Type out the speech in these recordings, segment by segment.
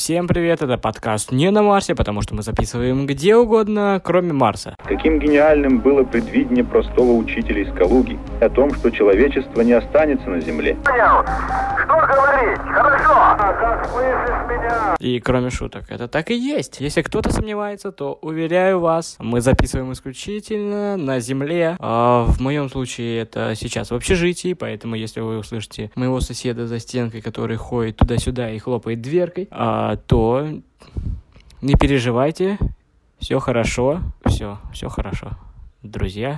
Всем привет, это подкаст «Не на Марсе», потому что мы записываем где угодно, кроме Марса. Каким гениальным было предвидение простого учителя из Калуги о том, что человечество не останется на Земле. Понял. Что говорить? Хорошо. Как слышишь меня? И кроме шуток, это так и есть. Если кто-то сомневается, то уверяю вас, мы записываем исключительно на Земле. В моем случае это сейчас в общежитии, поэтому если вы услышите моего соседа за стенкой, который ходит туда-сюда и хлопает дверкой, то не переживайте, все хорошо, все хорошо. Друзей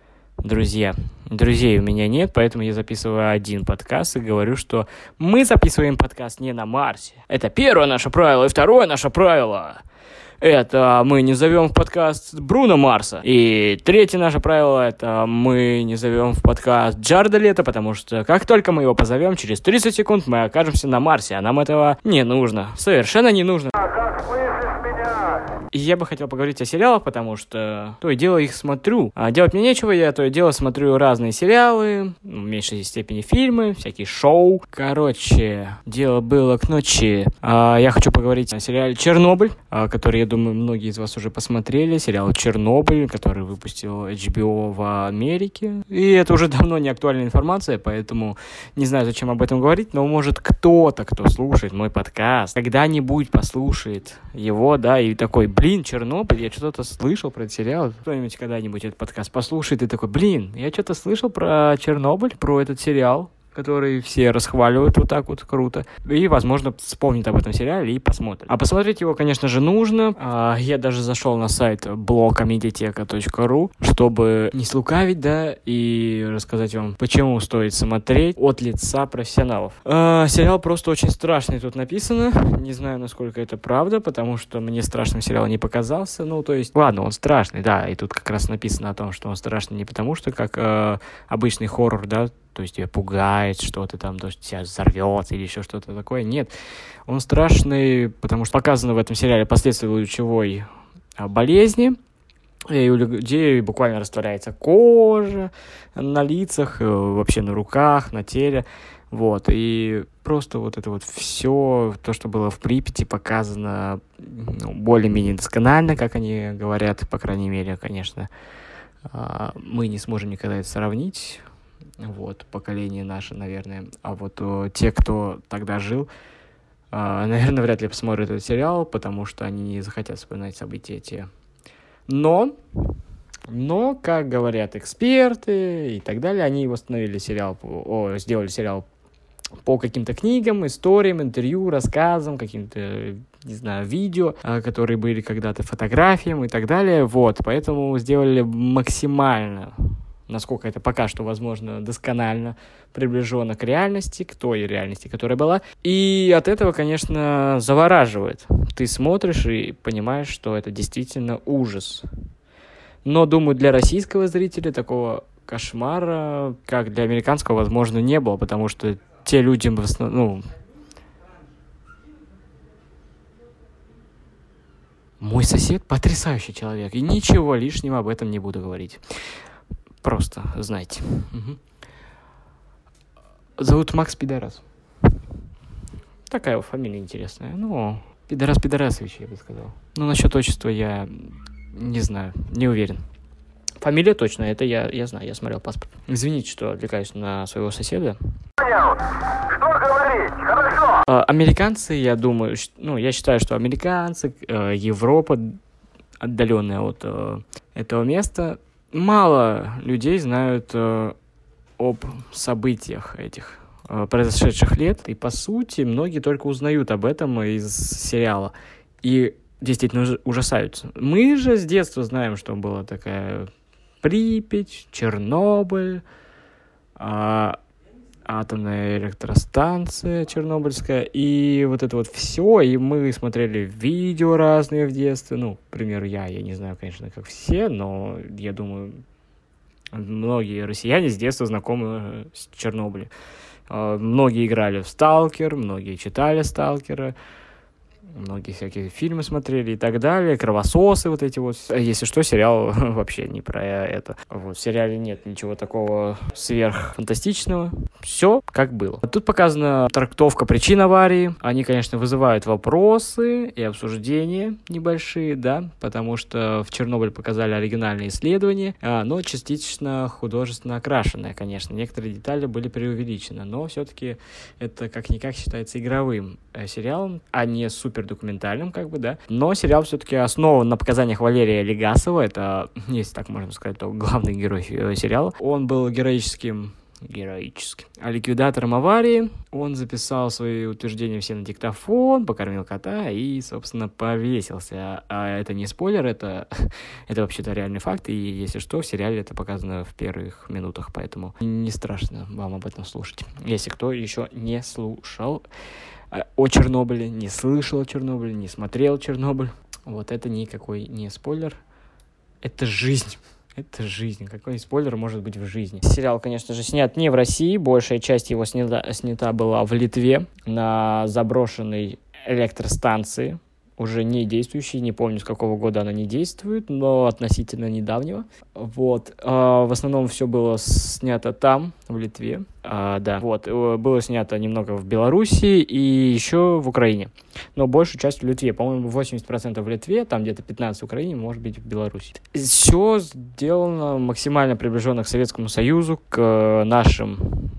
у меня нет, поэтому я записываю один подкаст и говорю, что мы записываем подкаст не на Марсе. Это первое наше правило. И второе наше правило — это мы не зовем в подкаст Бруно Марса. И третье наше правило — это мы не зовем в подкаст Джареда Лето, потому что как только мы его позовем, через 30 секунд мы окажемся на Марсе, а нам этого не нужно. Совершенно не нужно. Как слышишь меня? И я бы хотел поговорить о сериалах, потому что то и дело их смотрю. А делать мне нечего, я то и дело смотрю разные сериалы, в меньшей степени фильмы, всякие шоу. Короче, дело было к ночи. Я хочу поговорить о сериале «Чернобыль», который, я думаю, многие из вас уже посмотрели. Сериал «Чернобыль», который выпустил HBO в Америке. И это уже давно не актуальная информация, поэтому не знаю, зачем об этом говорить, но может кто-то, кто слушает мой подкаст, когда-нибудь послушает его, да, и такой: блин, Чернобыль, я что-то слышал про этот сериал. Кто-нибудь когда-нибудь этот подкаст послушает и такой: блин, я что-то слышал про Чернобыль, про этот сериал, который все расхваливают вот так вот круто. И, возможно, вспомнит об этом сериале и посмотрит. А посмотреть его, конечно же, нужно. Я даже зашел на сайт blogomediateka.ru, чтобы не слукавить, да, и рассказать вам, почему стоит смотреть от лица профессионалов. Сериал просто очень страшный тут написано. Не знаю, насколько это правда, потому что мне страшным сериал не показался. Ну, то есть, ладно, он страшный, да, и тут как раз написано о том, что он страшный не потому, что как обычный хоррор, да, то есть тебя пугает что-то там, то, что тебя взорвется или еще что-то такое. Нет, он страшный, потому что показано в этом сериале последствия лучевой болезни. И у людей буквально растворяется кожа на лицах, вообще на руках, на теле. Вот, и просто вот это вот все, то, что было в Припяти, показано более-менее досконально, как они говорят, по крайней мере, конечно. Мы не сможем никогда это сравнить. Вот, поколение наше, наверное. А вот те, кто тогда жил, наверное, вряд ли посмотрят этот сериал, потому что они не захотят вспоминать события те. Но, как говорят эксперты и так далее, они восстановили сериал, сделали сериал по каким-то книгам, историям, интервью, рассказам, каким-то, не знаю, видео, которые были когда-то, фотографиям и так далее. Вот, поэтому сделали максимально, насколько это пока что возможно, досконально приближенно к реальности, к той реальности, которая была. И от этого, конечно, завораживает. Ты смотришь и понимаешь, что это действительно ужас. Но, думаю, для российского зрителя такого кошмара, как для американского, возможно, не было, потому что те люди, в основном, мой сосед потрясающий человек, и ничего лишнего об этом не буду говорить. Просто знайте. Угу. Зовут Макс Пидорас. Такая его фамилия интересная. Ну, Пидорас-Пидорасович, я бы сказал. Но насчет отчества я не знаю, не уверен. Фамилия точно, это я знаю, я смотрел паспорт. Извините, что отвлекаюсь на своего соседа. Понял. Что говорить? Хорошо. Американцы, я думаю, я считаю, что американцы, Европа, отдаленная от этого места, мало людей знают об событиях этих произошедших лет, и, по сути, многие только узнают об этом из сериала и действительно ужасаются. Мы же с детства знаем, что была такая Припять, Чернобыль, атомная электростанция чернобыльская, и вот это вот все, и мы смотрели видео разные в детстве, к примеру, я не знаю, конечно, как все, но я думаю, многие россияне с детства знакомы с Чернобылем. Многие играли в «Сталкер», многие читали «Сталкера», многие всякие фильмы смотрели и так далее, кровососы вот эти вот. Если что, сериал вообще не про это. Вот, в сериале нет ничего такого сверхфантастичного. Все как было. Тут показана трактовка причин аварии. Они, конечно, вызывают вопросы и обсуждения небольшие, да, потому что в Чернобыль показали оригинальные исследования, но частично художественно окрашенное, конечно. Некоторые детали были преувеличены, но все-таки это как-никак считается игровым сериалом, а не супердокументальным, как бы, да. Но сериал все-таки основан на показаниях Валерия Легасова, это, если так можно сказать, то главный герой сериала. Он был героическим ликвидатором аварии. Он записал свои утверждения все на диктофон, покормил кота и, собственно, повесился. А это не спойлер, это вообще-то реальный факт, и, если что, в сериале это показано в первых минутах, поэтому не страшно вам об этом слушать. Если кто еще не слушал о Чернобыле, не слышал о Чернобыле, не смотрел Чернобыль, вот это никакой не спойлер, это жизнь. Это жизнь. Какой спойлер может быть в жизни? Сериал, конечно же, снят не в России. Большая часть его снята была в Литве на заброшенной электростанции, уже не действующей. Не помню, с какого года она не действует, но относительно недавнего. Вот. В основном все было снято там, в Литве. Да. Вот. Было снято немного в Беларуси и еще в Украине. Но большую часть в Литве. По-моему, 80% в Литве, там где-то 15% в Украине, может быть, в Беларуси. Все сделано максимально приближенно к Советскому Союзу, к нашим,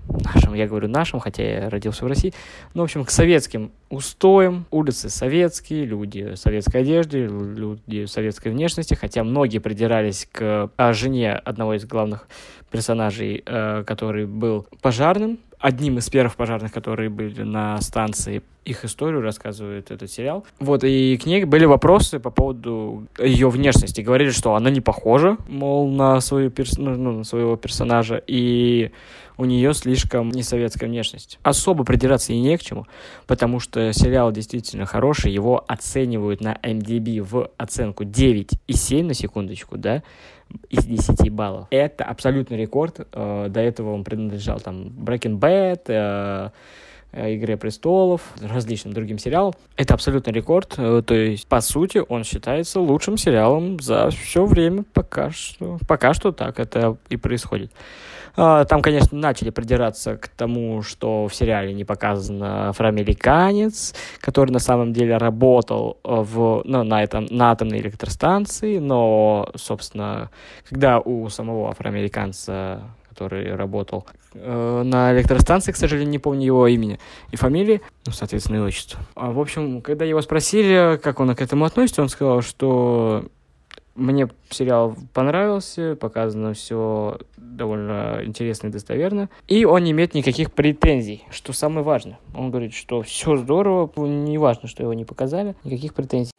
я говорю нашим, хотя я родился в России, но, в общем, к советским устоям. Улицы советские, люди в советской одежде, люди советской внешности, хотя многие придирались к жене одного из главных персонажей, который был пожарным, одним из первых пожарных, которые были на станции. Их историю рассказывает этот сериал. Вот, и к ней были вопросы по поводу ее внешности. Говорили, что она не похожа, мол, на свою на своего персонажа, и у нее слишком несоветская внешность. Особо придираться и не к чему, потому что сериал действительно хороший. Его оценивают на MDB в оценку 9,7, на секундочку, да, из 10 баллов. Это абсолютный рекорд. До этого он принадлежал там Breaking Bad, «Игре престолов», различным другим сериалам. Это абсолютный рекорд. То есть, по сути, он считается лучшим сериалом за все время пока что. Пока что так это и происходит. Там, конечно, начали придираться к тому, что в сериале не показан афроамериканец, который на самом деле работал на атомной электростанции, но, собственно, когда у самого афроамериканца, который работал на электростанции, к сожалению, не помню его имени и фамилии, соответственно, и отчество. В общем, когда его спросили, как он к этому относится, он сказал, что мне сериал понравился, показано все довольно интересно и достоверно, и он не имеет никаких претензий, что самое важное. Он говорит, что все здорово, не важно, что его не показали, никаких претензий.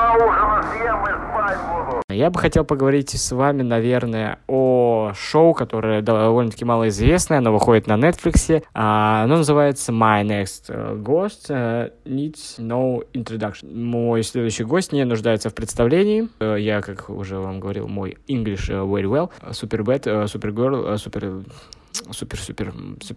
Я бы хотел поговорить с вами, наверное, о шоу, которое довольно-таки малоизвестное, оно выходит на Netflix, оно называется My Next Ghost Needs No Introduction. Мой следующий гость не нуждается в представлении. Я, как уже вам говорил, мой English very well. Superbad, Supergirl, супер,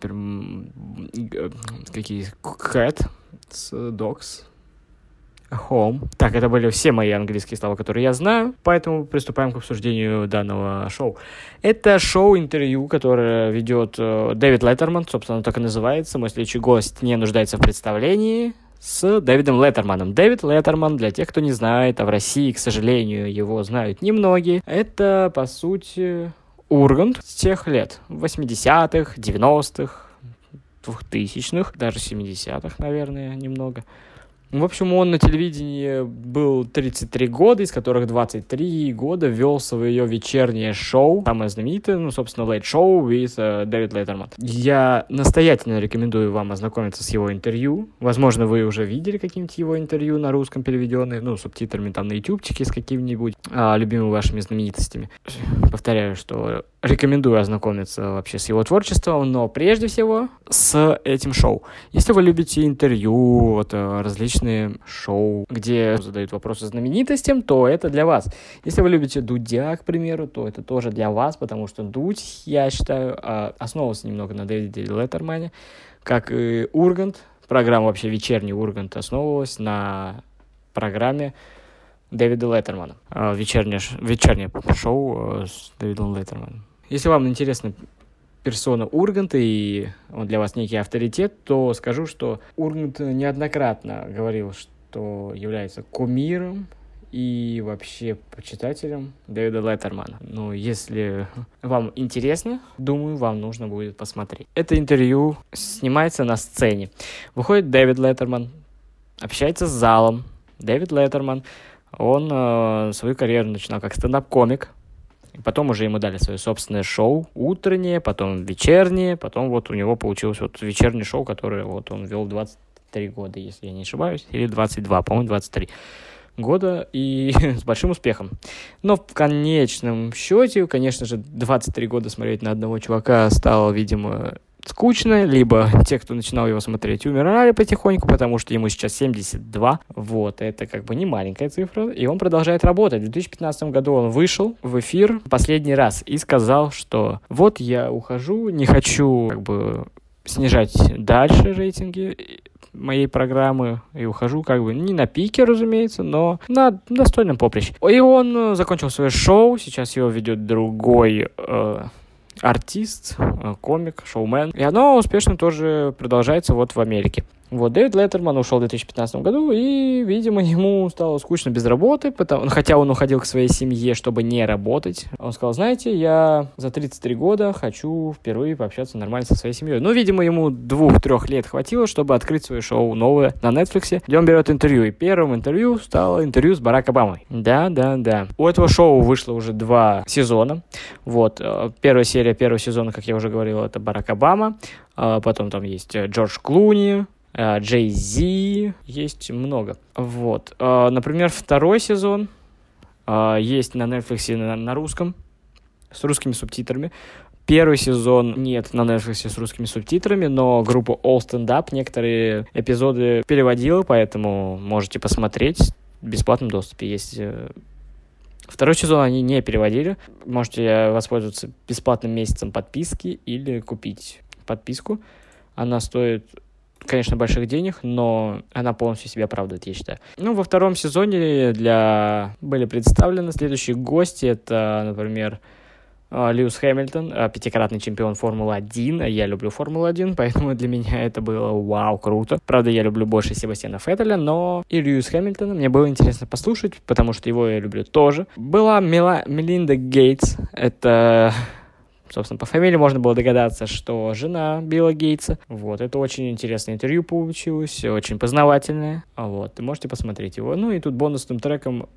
какие Cat, Dogs, Home. Так, это были все мои английские слова, которые я знаю, поэтому приступаем к обсуждению данного шоу. Это шоу-интервью, которое ведет Дэвид Леттерман, собственно, так и называется. Мой следующий гость не нуждается в представлении, с Дэвидом Леттерманом. Дэвид Леттерман, для тех, кто не знает, а в России, к сожалению, его знают немногие, это, по сути, Ургант с тех лет, 80-х, 90-х, 2000-х, даже 70-х, наверное, немного. В общем, он на телевидении был 33 года, из которых 23 года вел свое вечернее шоу, самое знаменитое, собственно, Late Show with Дэвид Леттерман. Я настоятельно рекомендую вам ознакомиться с его интервью. Возможно, вы уже видели какие-нибудь его интервью на русском переведенные, субтитрами там на ютубчике с какими-нибудь любимыми вашими знаменитостями. Повторяю, что рекомендую ознакомиться вообще с его творчеством, но прежде всего с этим шоу. Если вы любите интервью, различные шоу, где задают вопросы знаменитостям, то это для вас. Если вы любите Дудя, к примеру, то это тоже для вас, потому что Дудь, я считаю, основывался немного на Дэвиде Леттермане, как и Ургант. Программа вообще «Вечерний Ургант» основывалась на программе Дэвида Леттермана. Вечернее шоу с Дэвидом Леттерманом. Если вам интересна персона Урганта, и он для вас некий авторитет, то скажу, что Ургант неоднократно говорил, что является кумиром и вообще почитателем Дэвида Леттермана. Но если вам интересно, думаю, вам нужно будет посмотреть. Это интервью снимается на сцене. Выходит Дэвид Леттерман, общается с залом. Дэвид Леттерман, он свою карьеру начинал как стендап-комик. И потом уже ему дали свое собственное шоу, утреннее, потом вечернее, потом вот у него получилось вот вечернее шоу, которое вот он вел 23 года, если я не ошибаюсь, или 22, по-моему, 23 года, и с большим успехом. Но в конечном счете, конечно же, 23 года смотреть на одного чувака стало, видимо, скучно, либо те, кто начинал его смотреть, умирали потихоньку, потому что ему сейчас 72. Вот, это как бы не маленькая цифра, и он продолжает работать. В 2015 году он вышел в эфир последний раз и сказал, что вот я ухожу, не хочу как бы снижать дальше рейтинги моей программы, и ухожу как бы не на пике, разумеется, но на достойном поприще. И он закончил свое шоу, сейчас его ведет другой артист, комик, шоумен. И оно успешно тоже продолжается вот в Америке. Вот, Дэвид Леттерман ушел в 2015 году, и, видимо, ему стало скучно без работы, хотя он уходил к своей семье, чтобы не работать. Он сказал, знаете, я за 33 года хочу впервые пообщаться нормально со своей семьей. Ну, видимо, ему 2-3 лет хватило, чтобы открыть свое шоу новое на Netflix, где он берет интервью. И первым интервью стало интервью с Барак Обамой. Да. У этого шоу вышло уже 2 сезона. Вот, первая серия первого сезона, как я уже говорил, это Барак Обама. Потом там есть Джордж Клуни, Джей Зи, есть много. Вот. Например, второй сезон есть на Netflix на русском, с русскими субтитрами. Первый сезон нет на Netflix с русскими субтитрами, но группа All Stand Up некоторые эпизоды переводила, поэтому можете посмотреть. В бесплатном доступе есть. Второй сезон они не переводили. Можете воспользоваться бесплатным месяцем подписки или купить подписку. Она стоит, конечно, больших денег, но она полностью себя оправдывает, я считаю. Ну, во втором сезоне были представлены следующие гости. Это, например, Льюис Хэмилтон, 5-кратный чемпион Формулы-1. Я люблю Формулу-1, поэтому для меня это было вау, круто. Правда, я люблю больше Себастьяна Феттеля, но и Льюис Хэмилтона мне было интересно послушать, потому что его я люблю тоже. Была Мелинда Гейтс. Это, собственно, по фамилии можно было догадаться, что жена Билла Гейтса. Вот, это очень интересное интервью получилось, очень познавательное. Вот, и можете посмотреть его. Ну и тут бонусным треком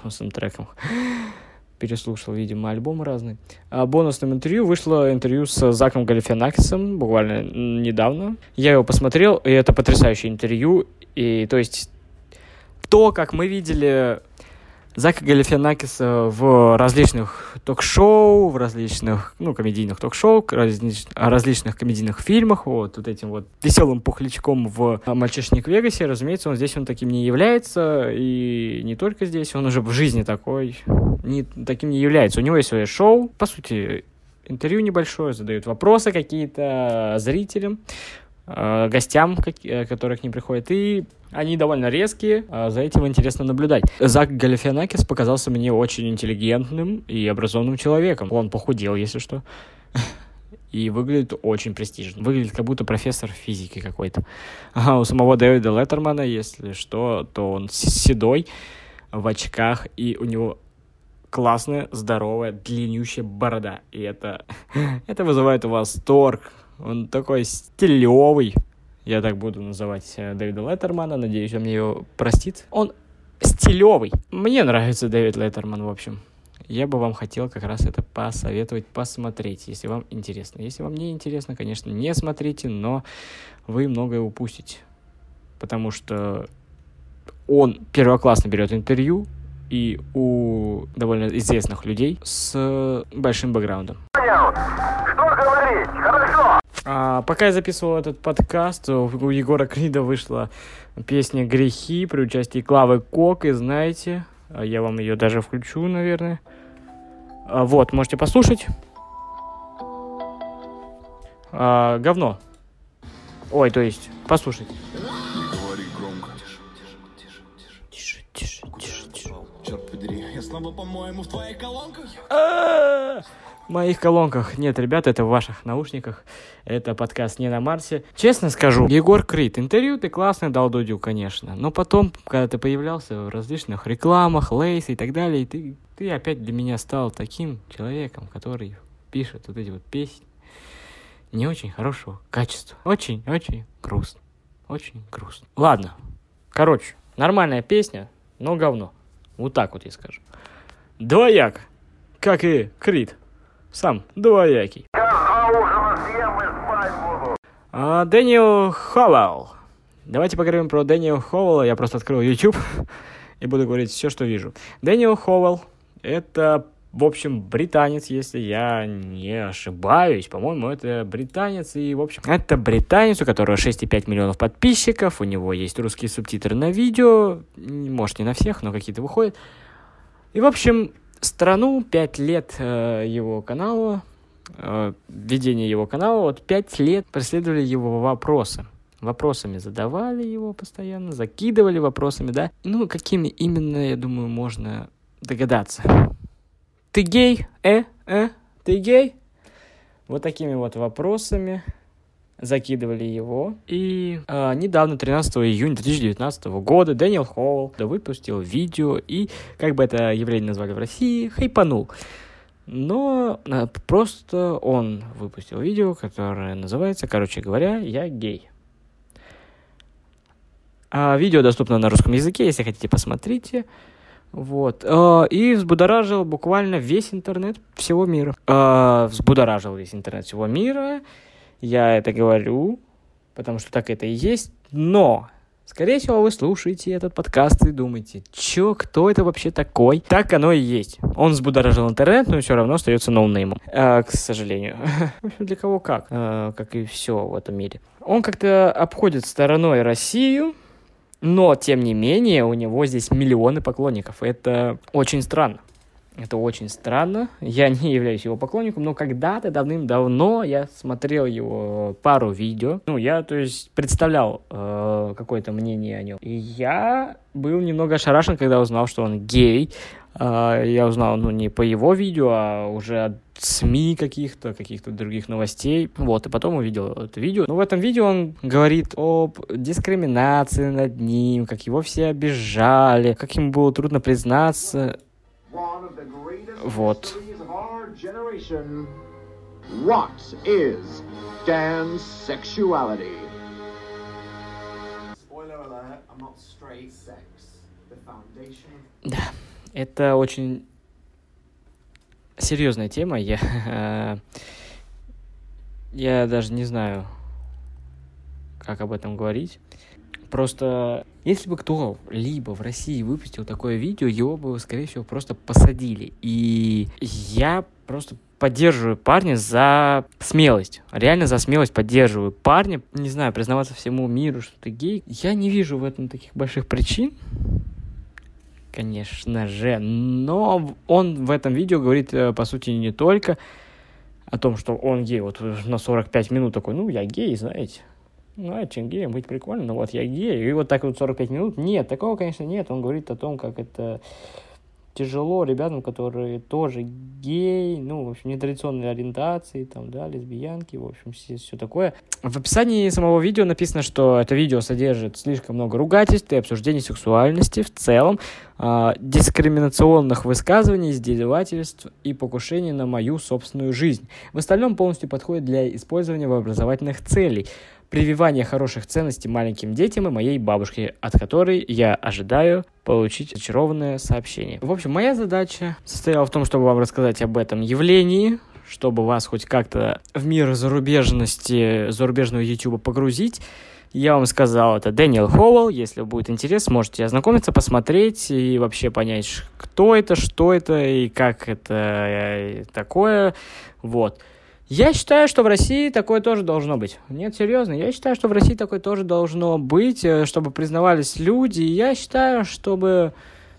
переслушал, видимо, альбомы разные. Бонусным интервью вышло интервью с Заком Галифианакисом буквально недавно. Я его посмотрел, и это потрясающее интервью. И, то есть, то, как мы видели Зака Галифианакиса в различных ток-шоу, в различных, комедийных ток-шоу, различных комедийных фильмах, вот этим вот веселым пухлячком в «Мальчишник в Вегасе», разумеется, он таким не является, и не только здесь, он уже в жизни таким не является. У него есть свое шоу, по сути, интервью небольшое, задают вопросы какие-то зрителям, гостям, которые к ним приходят, и они довольно резкие, за этим интересно наблюдать. Зак Галифианакис показался мне очень интеллигентным и образованным человеком. Он похудел, если что, и выглядит очень престижно. Выглядит как будто профессор физики какой-то. У самого Дэвида Леттермана, если что, то он седой, в очках, и у него классная, здоровая, длиннющая борода. И это вызывает восторг. Он такой стилевый. Я так буду называть Дэвида Леттермана. Надеюсь, он мне его простит. Он стилевый. Мне нравится Дэвид Леттерман, в общем. Я бы вам хотел как раз это посоветовать посмотреть, если вам интересно. Если вам не интересно, конечно, не смотрите, но вы многое упустите. Потому что он первоклассно берет интервью, и у довольно известных людей с большим бэкграундом. Понял. Что говорить? Хорошо. Пока я записывал этот подкаст, у Егора Крида вышла песня «Грехи» при участии Клавы Коки, знаете. Я вам ее даже включу, наверное. Вот, можете послушать. Говно. Ой, то есть, послушать. Не говори громко. Тише. Снова, по-моему, в твоих колонках? В моих колонках. Нет, ребята, это в ваших наушниках. Это подкаст «Не на Марсе». Честно скажу, Егор Крид, интервью ты классно дал Дудю, конечно. Но потом, когда ты появлялся в различных рекламах, Лейс и так далее, ты опять для меня стал таким человеком, который пишет вот эти вот песни не очень хорошего качества. Очень-очень грустно. Очень грустно. Ладно. Короче, нормальная песня, но говно. Вот так вот я скажу. Двояк. Как и Крид. Сам двоякий. Сейчас за ужином съем и спать буду. Дэниел Ховелл. Давайте поговорим про Дэниела Ховелла. Я просто открыл YouTube и буду говорить все, что вижу. Дэниел Ховелл — это, в общем, британец, если я не ошибаюсь. По-моему, это британец. И, в общем, это британец, у которого 6,5 миллионов подписчиков. У него есть русские субтитры на видео. Может, не на всех, но какие-то выходят. И, в общем, страну 5 лет его канала, ведения его канала, вот 5 лет преследовали его вопросы. Вопросами задавали его постоянно, закидывали вопросами, да. Ну, какими именно, я думаю, можно догадаться. Ты гей? Ты гей? Вот такими вот вопросами закидывали его. И недавно, 13 июня 2019 года, Дэниел Ховелл выпустил видео и, как бы это явление назвали в России, хайпанул. Но просто он выпустил видео, которое называется, короче говоря, «Я гей». Видео доступно на русском языке, если хотите, посмотрите. Вот. И взбудоражил буквально весь интернет всего мира. Взбудоражил весь интернет всего мира. Я это говорю, потому что так это и есть. Но, скорее всего, вы слушаете этот подкаст и думаете, кто это вообще такой? Так оно и есть. Он взбудоражил интернет, но все равно остается ноунеймом. К сожалению. В общем, для кого как и все в этом мире. Он как-то обходит стороной Россию, но, тем не менее, у него здесь миллионы поклонников. Это очень странно. Это очень странно. Я не являюсь его поклонником, но когда-то, давным-давно, я смотрел его пару видео. Я, то есть, представлял какое-то мнение о нем. И я был немного ошарашен, когда узнал, что он гей. Я узнал, не по его видео, а уже от СМИ каких-то других новостей. Вот, и потом увидел это видео. В этом видео он говорит об дискриминации над ним, как его все обижали, как ему было трудно признаться. Вот. What is Dan's sexuality? Spoiler alert, I'm not straight. Sex, the foundation. Да, это очень серьезная тема. Я даже не знаю, как об этом говорить. Просто, если бы кто-либо в России выпустил такое видео, его бы, скорее всего, просто посадили. И я просто поддерживаю парня за смелость. Реально за смелость поддерживаю парня. Не знаю, признаваться всему миру, что ты гей. Я не вижу в этом таких больших причин. Конечно же. Но он в этом видео говорит, по сути, не только о том, что он гей. Вот на 45 минут такой, я гей, знаете. Геем быть прикольно, но вот я гей. И вот так вот 45 минут. Нет, такого, конечно, нет. Он говорит о том, как это тяжело ребятам, которые тоже геи, в общем, нетрадиционной ориентации, лесбиянки, в общем, все такое. В описании самого видео написано, что это видео содержит слишком много ругательств и обсуждений сексуальности в целом, дискриминационных высказываний, издевательств и покушений на мою собственную жизнь. В остальном полностью подходит для использования в образовательных целей. Прививание хороших ценностей маленьким детям и моей бабушке, от которой я ожидаю получить очарованное сообщение. В общем, моя задача состояла в том, чтобы вам рассказать об этом явлении, чтобы вас хоть как-то в мир зарубежного YouTube погрузить. Я вам сказал, это Дэниел Ховелл. Если будет интерес, можете ознакомиться, посмотреть и вообще понять, кто это, что это и как это такое. Вот. Я считаю, что в России такое тоже должно быть. Нет, серьезно, я считаю, что в России такое тоже должно быть, чтобы признавались люди. Я считаю, что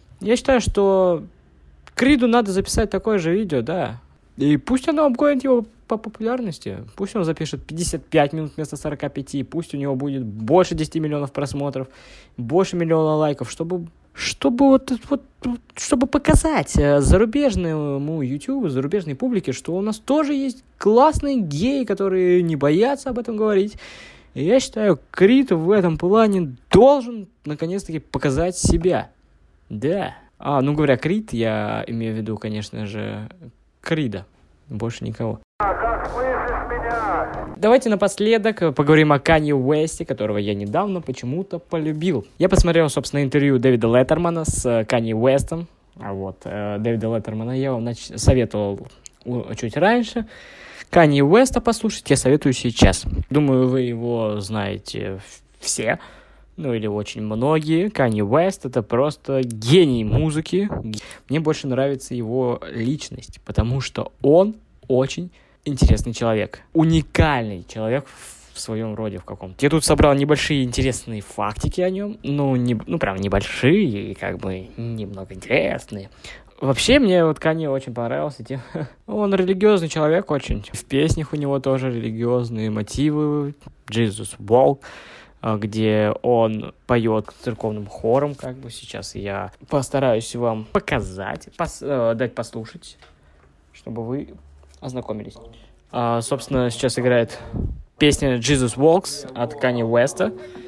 Криду надо записать такое же видео, да. И пусть оно обгонит его по популярности. Пусть он запишет 55 минут вместо 45, пусть у него будет больше 10 миллионов просмотров, больше миллиона лайков, чтобы чтобы чтобы показать зарубежному YouTube, зарубежной публике, что у нас тоже есть классные геи, которые не боятся об этом говорить. И я считаю, Крид в этом плане должен наконец-таки показать себя. Да. Говоря Крид, я имею в виду, конечно же, Крида. Больше никого. Как слышишь меня? Давайте напоследок поговорим о Канье Уэсте, которого я недавно почему-то полюбил. Я посмотрел, собственно, интервью Дэвида Леттермана с Канье Уэстом. Дэвида Леттермана я вам советовал чуть раньше. Канье Уэста послушать я советую сейчас. Думаю, вы его знаете все. Или очень многие. Канье Уэст — это просто гений музыки. Мне больше нравится его личность, потому что он очень интересный человек. Уникальный человек в своем роде в каком-то. Я тут собрал небольшие интересные фактики о нем. Прям небольшие и немного интересные. Вообще, мне Канье очень понравился тем, он религиозный человек очень. В песнях у него тоже религиозные мотивы. Jesus Walk, где он поет церковным хором, сейчас я постараюсь вам показать, дать послушать, чтобы вы ознакомились. Собственно, сейчас играет песня Jesus Walks от Канье Уэста.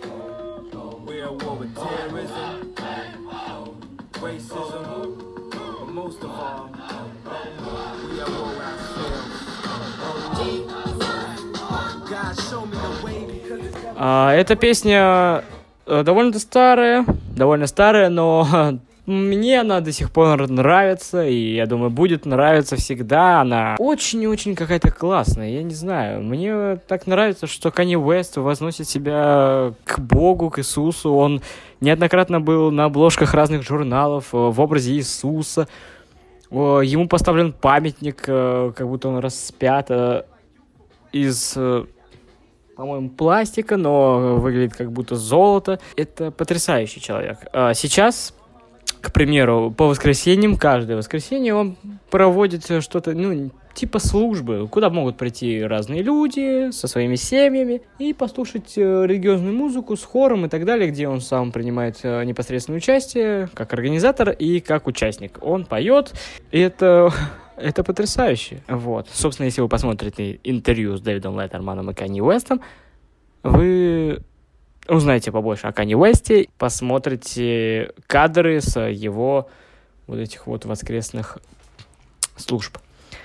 Эта песня довольно старая, но мне она до сих пор нравится, и я думаю, будет нравиться всегда. Она очень-очень какая-то классная, я не знаю. Мне так нравится, что Канье Уэст возносит себя к Богу, к Иисусу. Он неоднократно был на обложках разных журналов в образе Иисуса. Ему поставлен памятник, как будто он распят из, по-моему, пластика, но выглядит как будто золото. Это потрясающий человек. Сейчас, к примеру, по воскресеньям, каждое воскресенье он проводит что-то, типа службы, куда могут прийти разные люди со своими семьями и послушать религиозную музыку с хором и так далее, где он сам принимает непосредственное участие как организатор и как участник. Он поет, и это потрясающе. Собственно, если вы посмотрите интервью с Дэвидом Леттерманом и Канье Уэстом, вы узнаете побольше о Канье Уэсте, посмотрите кадры с его этих воскресных служб.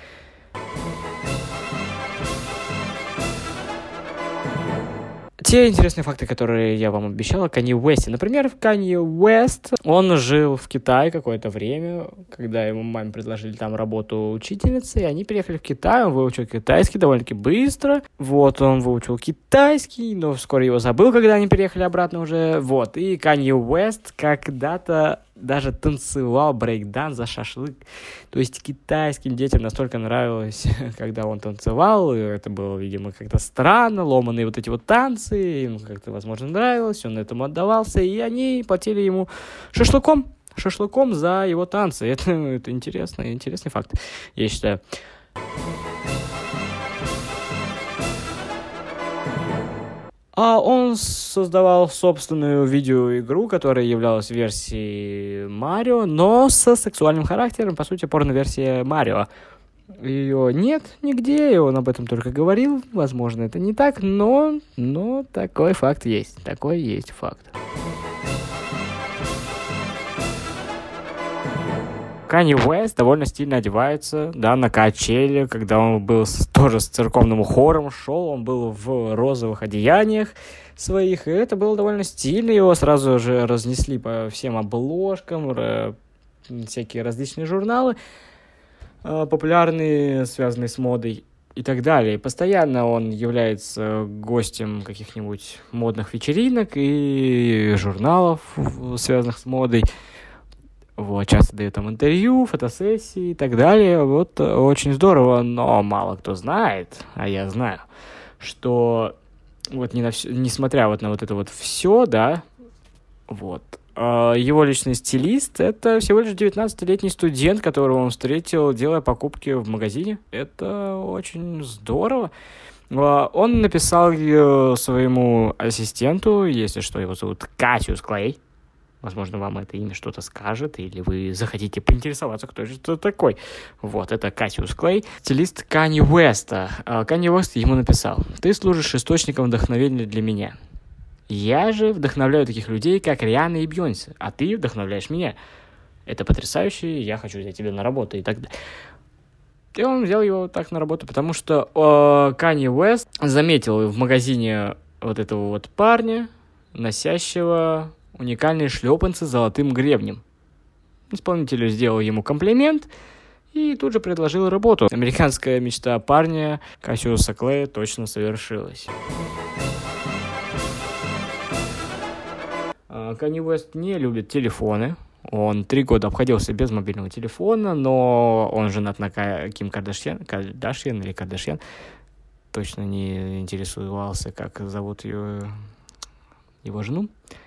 Те интересные факты, которые я вам обещал о Канье Уэсте. Например, Канье Уэст, он жил в Китае какое-то время, когда ему маме предложили там работу учительницы, и они переехали в Китай, он выучил китайский довольно-таки быстро. Он выучил китайский, но вскоре его забыл, когда они переехали обратно уже. И Канье Уэст когда-то даже танцевал брейк-данс за шашлык. То есть китайским детям настолько нравилось, когда он танцевал, и это было, видимо, как-то странно, ломаные эти танцы, им как-то, возможно, нравилось, он этому отдавался, и они платили ему шашлыком за его танцы. Это интересный факт, я считаю. Он создавал собственную видеоигру, которая являлась версией Марио, но со сексуальным характером, по сути, порно-версия Марио. Ее нет нигде, и он об этом только говорил. Возможно, это не так, но такой факт есть. Такой есть факт. Канье Уэст довольно стильно одевается, на качели, когда он был тоже с церковным хором шел, он был в розовых одеяниях своих, и это было довольно стильно, его сразу же разнесли по всем обложкам, всякие различные журналы, популярные, связанные с модой и так далее. Постоянно он является гостем каких-нибудь модных вечеринок и журналов, связанных с модой. Часто дает там интервью, фотосессии и так далее. Очень здорово, но мало кто знает, а я знаю, что несмотря на это все, его личный стилист — это всего лишь 19-летний студент, которого он встретил, делая покупки в магазине. Это очень здорово. Он написал своему ассистенту, если что, его зовут Кассиус Клей. Возможно, вам это имя что-то скажет, или вы захотите поинтересоваться, кто же это такой. Вот, это Кассиус Клей, стилист Канье Уэста. Канье Уэст ему написал: «Ты служишь источником вдохновения для меня. Я же вдохновляю таких людей, как Риhanna и Бейонсе, а ты вдохновляешь меня. Это потрясающе, я хочу взять тебя на работу» и так далее. И он взял его так на работу, потому что Канье Уэст заметил в магазине вот этого вот парня, носящего уникальные шлепанцы с золотым гребнем. Исполнитель сделал ему комплимент и тут же предложил работу. Американская мечта парня Кассиуса Клея точно совершилась. Канье Уэст не любит телефоны. Он 3 года обходился без мобильного телефона, но он женат на Ким Кардашьян или Кардашьян. Точно не интересовался, как зовут его жену.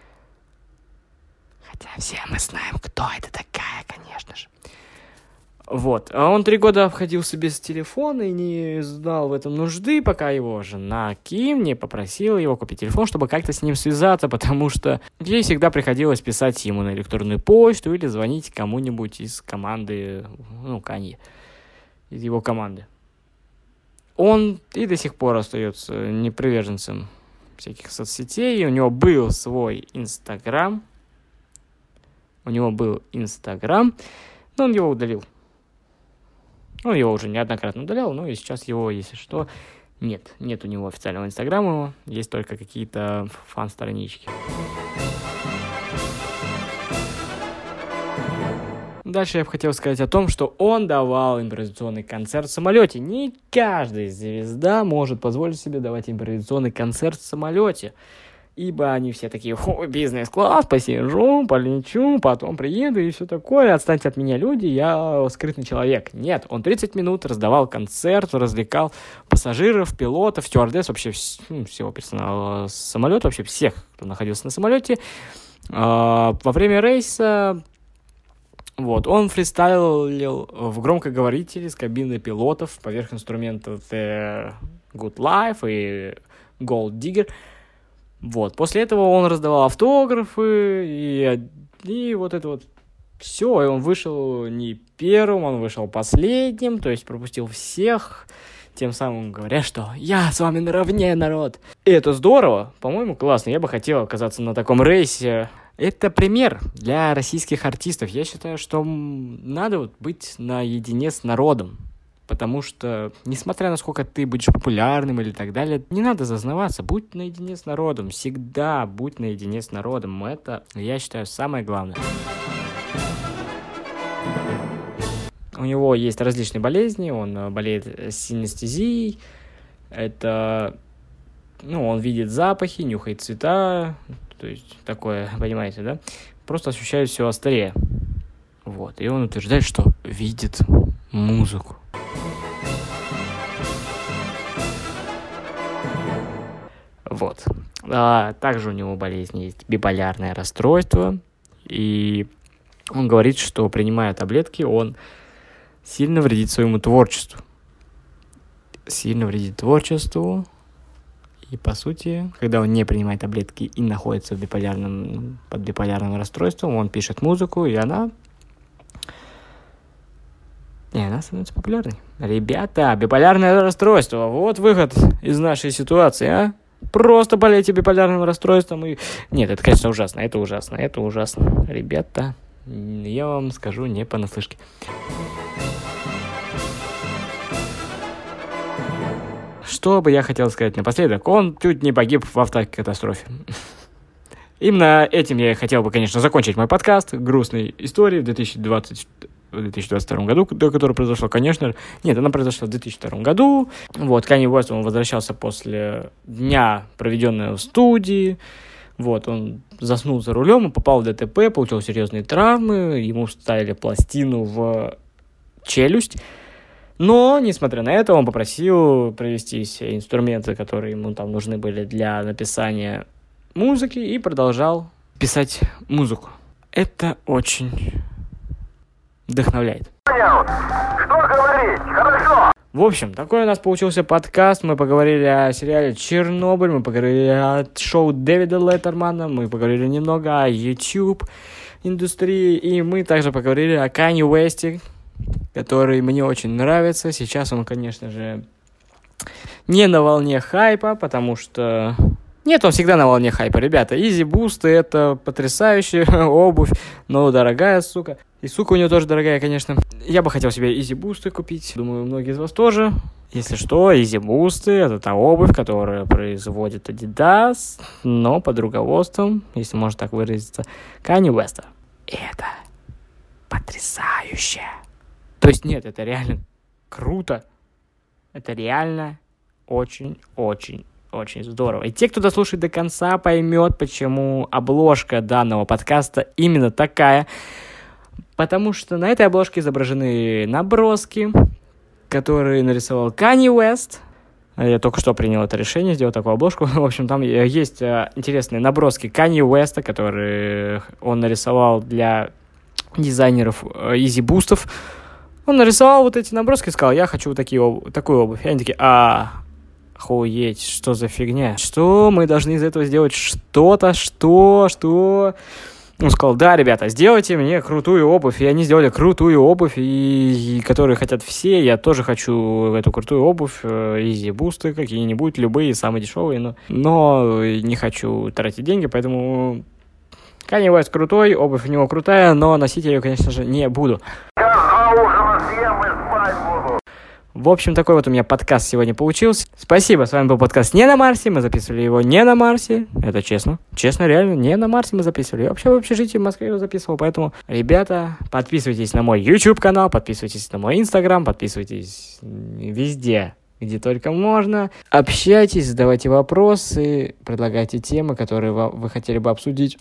Хотя все мы знаем, кто это такая, конечно же. Вот. А он 3 года обходился без телефона и не знал в этом нужды, пока его жена Ким не попросила его купить телефон, чтобы как-то с ним связаться, потому что ей всегда приходилось писать ему на электронную почту или звонить кому-нибудь из команды, Канье, из его команды. Он и до сих пор остается неприверженцем всяких соцсетей. У него был свой Инстаграм. Но он его удалил. Он его уже неоднократно удалял, но и сейчас его, если что, нет у него официального Инстаграма, есть только какие-то фан-странички. Дальше я бы хотел сказать о том, что он давал импровизационный концерт в самолете. Не каждая звезда может позволить себе давать импровизационный концерт в самолете. Ибо они все такие: бизнес-класс, посижу, полечу, потом приеду и все такое. Отстаньте от меня, люди, я скрытный человек. Нет, он 30 минут раздавал концерт, развлекал пассажиров, пилотов, стюардесс, вообще всего персонала самолета, вообще всех, кто находился на самолете. Во время рейса он фристайлил в громкоговорителе с кабины пилотов поверх инструментов The Good Life и Gold Digger. После этого он раздавал автографы и вот это вот все. И он вышел не первым, он вышел последним, то есть пропустил всех, тем самым говоря, что я с вами наравне, народ. И это здорово, по-моему, классно. Я бы хотел оказаться на таком рейсе. Это пример для российских артистов. Я считаю, что надо быть наедине с народом. Потому что, несмотря на сколько ты будешь популярным или так далее, не надо зазнаваться, будь наедине с народом, всегда будь наедине с народом. Это, я считаю, самое главное. У него есть различные болезни, он болеет синестезией, это, он видит запахи, нюхает цвета, то есть такое, понимаете, да? Просто ощущает все острее. И он утверждает, что видит музыку. Также у него болезнь есть биполярное расстройство, и он говорит, что, принимая таблетки, он сильно вредит своему творчеству. И, по сути, когда он не принимает таблетки и находится под биполярным расстройством, он пишет музыку, и она становится популярной. Ребята, биполярное расстройство. Вот выход из нашей ситуации, а? Просто болейте биполярным расстройством и... Нет, это, конечно, ужасно. Это ужасно. Ребята, я вам скажу не понаслышке. Что бы я хотел сказать напоследок? Он чуть не погиб в автокатастрофе. Именно этим я хотел бы, конечно, закончить мой подкаст грустной истории в 2022 году, которая произошла, конечно. Нет, она произошла в 2002 году. Канье Уэст, он возвращался после дня, проведенного в студии. Он заснул за рулем и попал в ДТП, получил серьезные травмы. Ему вставили пластину в челюсть. Но, несмотря на это, он попросил привезти все инструменты, которые ему там нужны были для написания музыки, и продолжал писать музыку. Это очень вдохновляет. Понял. Что говорить? Хорошо. В общем, такой у нас получился подкаст. Мы поговорили о сериале «Чернобыль», мы поговорили о шоу Дэвида Леттермана, мы поговорили немного о YouTube индустрии, и мы также поговорили о Канье Уэсте, который мне очень нравится. Сейчас он, конечно же, не на волне хайпа, потому что... Нет, он всегда на волне хайпа, ребята. Easy Boost — это потрясающая обувь, но дорогая, сука. И сука у него тоже дорогая, конечно. Я бы хотел себе Easy Boost купить. Думаю, многие из вас тоже. Если что, Easy Boost — это та обувь, которую производит Adidas, но под руководством, если можно так выразиться, Канье Уэста. Это потрясающе. То есть нет, это реально круто. Это реально очень-очень здорово. И те, кто дослушает до конца, поймет, почему обложка данного подкаста именно такая. Потому что на этой обложке изображены наброски, которые нарисовал Канье Уэст. Я только что принял это решение, сделать такую обложку. В общем, там есть интересные наброски Канье Уэста, которые он нарисовал для дизайнеров Easy Boost'ов. Он нарисовал вот эти наброски и сказал: я хочу такую обувь. И они такие: охуеть, что за фигня? Что мы должны из этого сделать? Что-то, что? Он сказал: да, ребята, сделайте мне крутую обувь. И они сделали крутую обувь, и которую хотят все. Я тоже хочу эту крутую обувь. Easy Boost'ы какие-нибудь, любые, самые дешевые. Но не хочу тратить деньги, поэтому... Канье Уэст крутой, обувь у него крутая, но носить я ее, конечно же, не буду. В общем, такой вот у меня подкаст сегодня получился. Спасибо, с вами был подкаст «Не на Марсе». Мы записывали его не на Марсе. Это честно. Честно, реально, не на Марсе мы записывали. Я вообще в общежитии в Москве его записывал. Поэтому, ребята, подписывайтесь на мой YouTube-канал, подписывайтесь на мой Instagram, подписывайтесь везде, где только можно. Общайтесь, задавайте вопросы, предлагайте темы, которые вы хотели бы обсудить.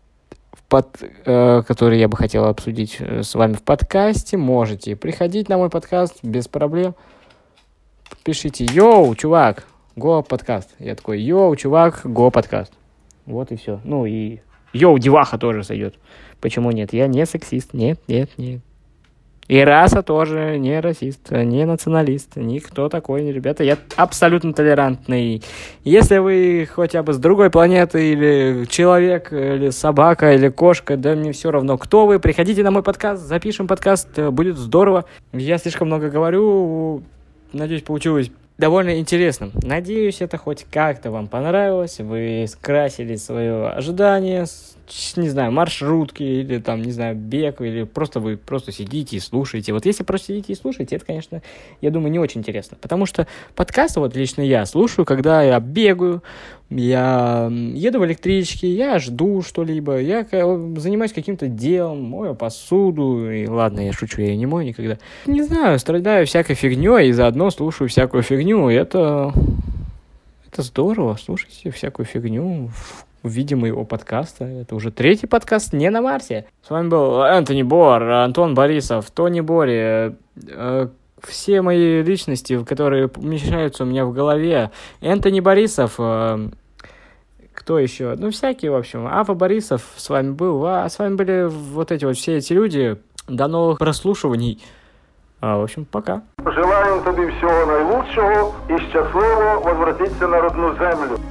Который я бы хотел обсудить с вами в подкасте. Можете приходить на мой подкаст без проблем. Пишите: йоу, чувак, го подкаст. Я такой: йоу, чувак, го подкаст. Вот и все. Ну и йоу, деваха тоже сойдет. Почему нет? Я не сексист. Нет. И раса тоже не расист, не националист, никто такой, ребята. Я абсолютно толерантный. Если вы хотя бы с другой планеты, или человек, или собака, или кошка, да мне все равно, кто вы, приходите на мой подкаст, запишем подкаст, будет здорово. Я слишком много говорю, надеюсь, получилось довольно интересным. Надеюсь, это хоть как-то вам понравилось, вы скрасили свое ожидание, не знаю, маршрутки, или там, не знаю, бег, или вы просто сидите и слушаете. Вот если просто сидите и слушаете, это, конечно, я думаю, не очень интересно. Потому что подкасты, вот лично я слушаю, когда я бегаю, я еду в электричке, я жду что-либо, я занимаюсь каким-то делом, мою посуду, и ладно, я шучу, я не мою никогда. Не знаю, страдаю всякой фигней и заодно слушаю всякую фигню, это здорово, слушайте всякую фигню в виде моего подкаста. Это уже 3-й подкаст «Не на Марсе». С вами был Энтони Бор, Антон Борисов, Тони Бори. Все мои личности, которые помещаются у меня в голове. Энтони Борисов. Кто еще? Ну, всякие, в общем. Ава Борисов с вами был. А с вами были вот все эти люди. До новых прослушиваний. В общем, пока. Желаем тобі всього найлучшого і щасливо возвратитися на родну землю.